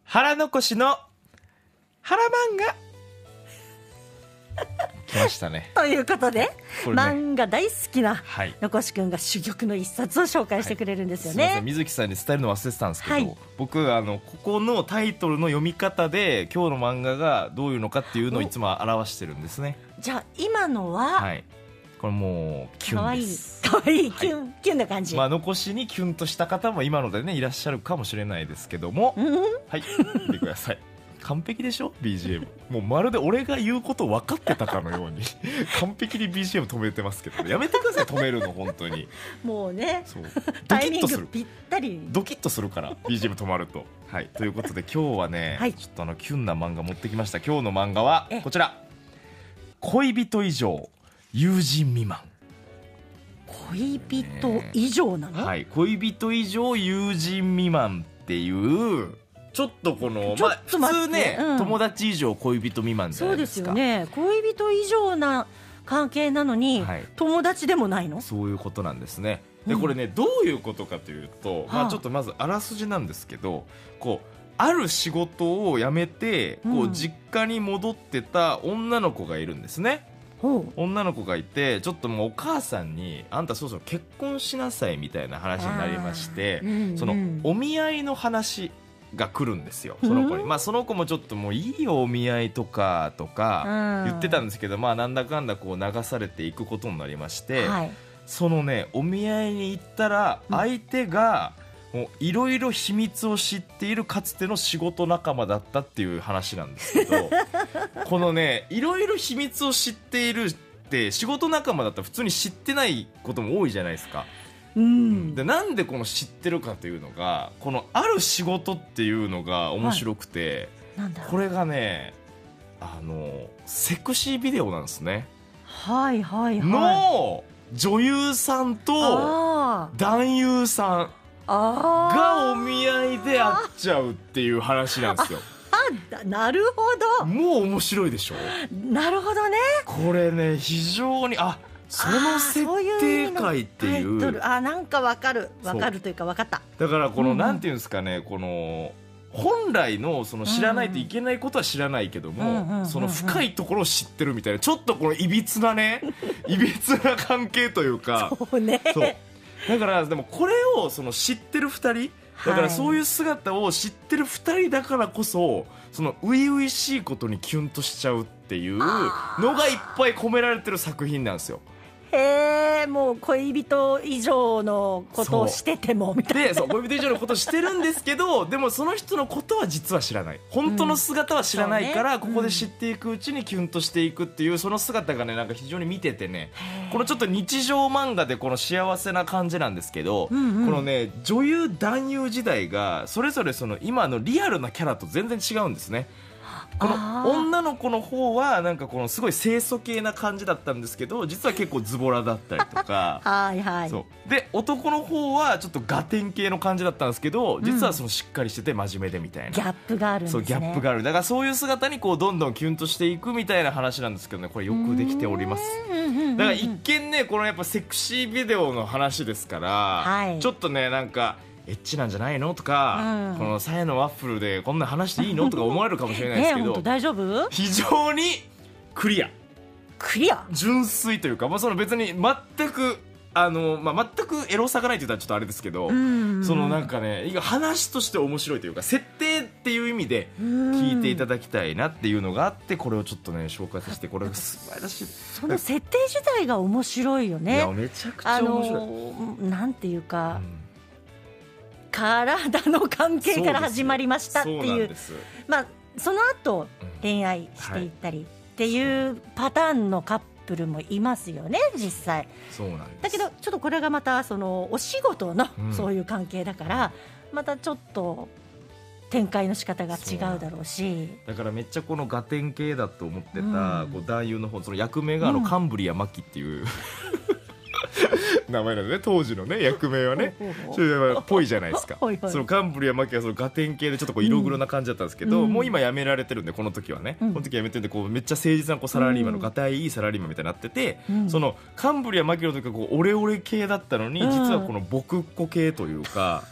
腹残しの腹漫画来ましたね。 ということで、 これね漫画大好きなはい残しくんが珠玉の一冊を紹介してくれるんですよすいません、 ね。 水木さんに伝えるの忘れてたんですけど、 はい僕ここのタイトルの読み方で今日の漫画がどういうのかっていうのをいつも表してるんですね。 じゃあ今のは、 はいこれもうキュンかわいいです。 かわいい、 はいキュンキュンな感じ、 まあ残しにキュンとした方も今のでねいらっしゃるかもしれないですけども、 うん、 はい見てください。完璧でしょ BGM。 もうまるで俺が言うこと分かってたかのように完璧に BGM 止めてますけど、やめてください止めるの本当に。 もうねそうドタキッとするイミングぴったり。 ドキッとするから BGM 止まると。はいということで今日はね、 はいちょっとキュンな漫画持ってきました。今日の漫画はこちら、恋人以上友人未満。 恋人以上なの、 はい恋人以上友人未満っていうちょっとこのちょっと待って普通ね、 うん友達以上恋人未満じゃそうでないですすか。 よね。恋人以上な関係なのに、 はい友達でもないの。 そういうことなんですね。でうんこれねどういうことかというと、 はあちょっとまずあらすじなんですけど、こうある仕事を辞めてこううん実家に戻ってた女の子がいるんですね。 ほう。 女の子がいてちょっともうお母さんにあんたそろそろ結婚しなさいみたいな話になりましてあ、ーうんそのうんお見合いの話が来るんですよその子に。 うんまあその子もちょっともういいよお見合いとか言ってたんですけど、まあなんだかんだこう流されていくことになりまして、 はい、 そのねお見合いに行ったらうん相手がもういろいろ秘密を知っているかつての仕事仲間だったっていう話なんですけどこのねいろいろ秘密を知っているって仕事仲間だったら普通に知ってないことも多いじゃないですか。 うんでなんでこの知ってるかというのがこのある仕事っていうのが面白くて、 なんだろう。 これがねセクシービデオなんですね、 はいはいはい。 の女優さんとあ男優さんあがお見合いで会っちゃうっていう話なんですよ。 なるほどもう面白いでしょなるほどね。 これね非常にその設定会っていタイトうルなんかわかるそうというかわかった。 だからこの、 うんうんなんていうんですかねこの本来のその知らないといけないことは知らないけども、 うんうんうんうんその深いところを知ってるみたいなちょっとこのいびつなねいびつな関係というかそうね。 そうだからでもこれをその知ってる2人だからそういう姿を知ってる2人だからこそその初々しいことにキュンとしちゃうっていうのがいっぱい込められてる作品なんですよ。 へえ、もう恋人以上のことをしててもみたいな。 でそう恋人以上のことしてるんですけどでもその人のことは実は知らない本当の姿は知らないから、 そうねここで知っていくうちにキュンとしていくっていうその姿がねなんか非常に見ててねこのちょっと日常漫画でこの幸せな感じなんですけど、 うんうんこのね女優男優時代がそれぞれその今のリアルなキャラと全然違うんですね。この女の子の方はなんかこのすごい清楚系な感じだったんですけど実は結構ズボラだったりとかはいはい。 そうで男の方はちょっとガテン系の感じだったんですけど実はそのしっかりしてて真面目でみたいな、 ギャップがあるんですね。 そうギャップがあるだからそういう姿にこうどんどんキュンとしていくみたいな話なんですけどねこれよくできております。 うんうんうんうん。 だから一見ねこのやっぱセクシービデオの話ですから、 はいちょっとねなんかエッチなんじゃないのとか、 うんこのサヤのワッフルでこんな話していいのとか思われるかもしれないですけ本ど、 当大丈夫？ 非常にクリアクリア。 純粋というか、まあ、その別に全く全くエロさがないと言ったらちょっとあれですけど、 うんそのなんかね話として面白いというか設定っていう意味で聞いていただきたいなっていうのがあってこれをちょっとね紹介させてこれが素晴らしい。 その設定自体が面白いよいね。 やめちゃくちゃ面白い、 なんていうか、 うん体の関係から始まりましたってそうなんいうですまあその後うん恋愛していったりっていうパターンのカップルもいますよね実際。 そうなんですだけどちょっとこれがまたそのお仕事のうんそういう関係だからまたちょっと展開の仕方が違うだろうし。 だからめっちゃこのガテン系だと思ってた、 うんこう男優の方その役名がうんカンブリア・マキっていう名前なんでね当時のね役名はねほうほうほうちょっとやっぱぽいじゃないですかはいはいそのカンブリア・マキはそのガテン系でちょっとこう色黒な感じだったんですけど、 うんもう今辞められてるんでこの時はね、 うんこの時辞めてるんでこうめっちゃ誠実なこうサラリーマンのうんガタイいいサラリーマンみたいになってて、 うんそのカンブリア・マキの時はこうオレオレ系だったのに、 うん実はこの僕っ子系というか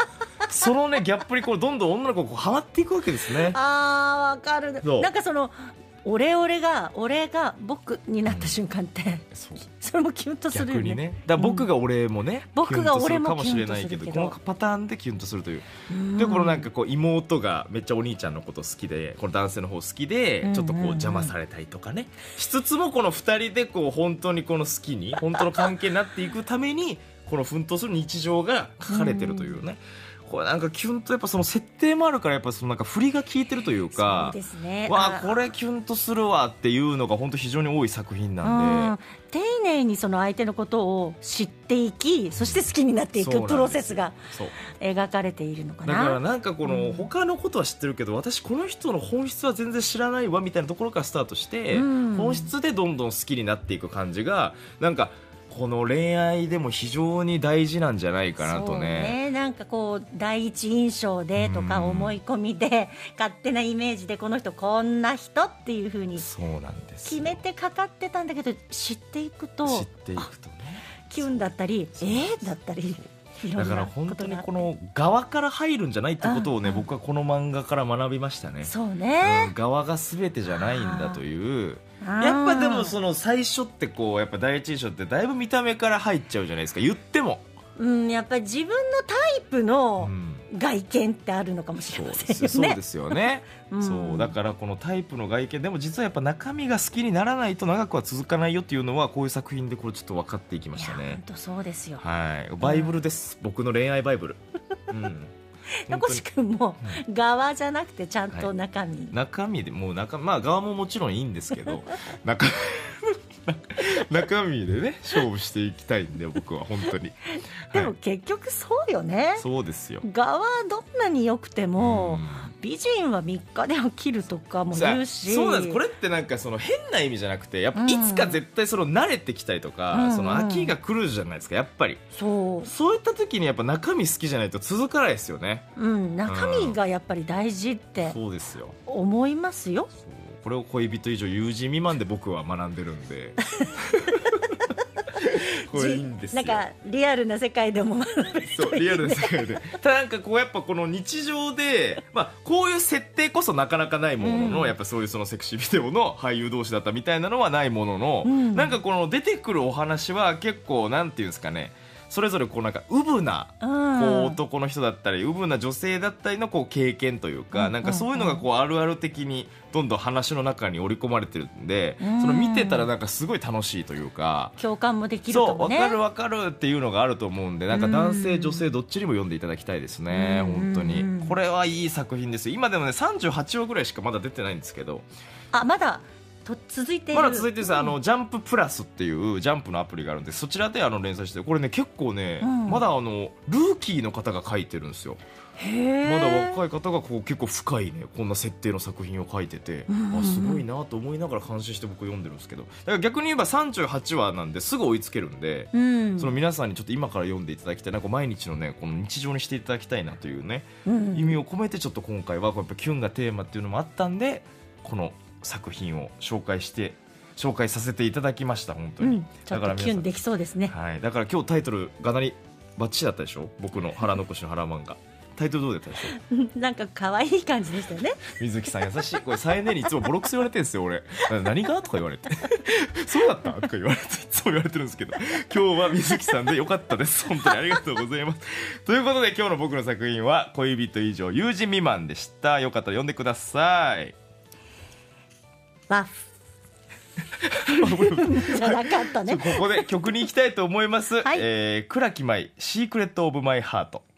そのねギャップにこうどんどん女の子がこうハマっていくわけですね。 あーわかる。 そうなんかその俺が僕になった瞬間って、 そうそれもキュンとするよね。 逆にね、だから僕が俺もね、 僕が俺もキュンとするかもしれないけど、 キュンとするけどこのパターンでキュンとするという、 うんでこのなんかこう妹がめっちゃお兄ちゃんのこと好きで、この男性の方好きでうんちょっとこう邪魔されたりとかね、しつつもこの2人でこう本当にこの好きに本当の関係になっていくためにこの奮闘する日常が書かれてるというね、これなんかキュンとやっぱその設定もあるからやっぱそのなんか振りが効いてるというか、 そうですね。 わあこれキュンとするわっていうのが本当非常に多い作品なんで、 丁寧にその相手のことを知っていき、そして好きになっていくプロセスがそう描かれているのかな。 だからなんかこの他のことは知ってるけど、私この人の本質は全然知らないわみたいなところからスタートして、本質でどんどん好きになっていく感じがなんかこの恋愛でも非常に大事なんじゃないかなとね。 なんかこう第一印象でとか思い込みで勝手なイメージでこの人こんな人っていう風にそうなんです決めてかかってたんだけど、知っていくと知っていくとね、 キュンだったりだったりいろだからんなことが本当にこの側から入るんじゃないってことをね、僕はこの漫画から学びましたね。 そうね、 側が全てじゃないんだという。 あーやっぱでもその最初ってこうやっぱ第一印象ってだいぶ見た目から入っちゃうじゃないですか、言っても。 やっぱり自分のタイプのうん外見ってあるのかもしれませんよね。 そうですよね、 うんそうだからこのタイプの外見でも実はやっぱ中身が好きにならないと長くは続かないよっていうのはこういう作品でこれちょっと分かっていきましたね。 いや本当そうですよ。 はい、バイブルです、僕の恋愛バイブル、 名越君も側じゃなくてちゃんと中身、 中身でもうまあ側ももちろんいいんですけど中身でね勝負していきたいんで僕は本当に。 でもはい、 結局そうよね。 そうですよ。 側どんなに良くても、 うん美人は3日で飽きるとかも言うし、 そうなんです。これってなんかその変な意味じゃなくてやっぱいつか絶対その慣れてきたりとか、 うんその飽きが来るじゃないですかやっぱり。そういった時にやっぱ中身好きじゃないと続かないですよね。 中身がやっぱり大事ってそうですよ。 思いますよ。 そうこれを恋人以上友人未満で僕は学んでるんでこれいいんですよ。 なんかリアルな世界でもそうリアルな世界でただなんかこうやっぱこの日常で、こういう設定こそなかなかないものの、やっぱそういうそのセクシービデオの俳優同士だったみたいなのはないものの、なんかこの出てくるお話は結構なんていうんですかね、それぞれこうなんかうぶなこう男の人だったりうぶな女性だったりのこう経験というか、なんかそういうのがこうあるある的にどんどん話の中に織り込まれてるんで、その見てたらなんかすごい楽しいというか、 共感もできるかもね。 そう分かるっていうのがあると思うんで、なんか男性女性どっちにも読んでいただきたいですね。本当にこれはいい作品ですよ。今でもね38話ぐらいしかまだ出てないんですけど、 まだ続いている。 まだ続いてるんですよ。ジャンププラスっていうジャンプのアプリがあるんで、そちらで連載してこれね結構ね、まだルーキーの方が書いてるんですよ。まだ若い方がこう結構深いねこんな設定の作品を書いてて、すごいなと思いながら感心して僕読んでるんですけど、だから逆に言えば38話なんですぐ追いつけるんで、その皆さんにちょっと今から読んでいただきたい、なんか毎日のねこの日常にしていただきたいなというね、意味を込めてちょっと今回はやっぱキュンがテーマっていうのもあったんでこの作品を紹介させていただきました本当に。 ちょっとキュンできそうですね。 はい、だから今日タイトルがなりバッチリだったでしょ。僕の腹残しの腹漫画タイトルどうだったでしょなんか可愛い感じでしたよね。 水木さん優しい。これ再年にいつもボロクソ言われてるんですよ俺。何がとか言われてそうだったとか言われていつも言われてるんですけど、今日は水木さんでよかったです。本当にありがとうございますということで今日の僕の作品は恋人以上友人未満でした。よかったら読んでください。 ワッフじゃなかったね。 ここで曲に行きたいと思います、 はい倉木舞シークレットオブマイハート。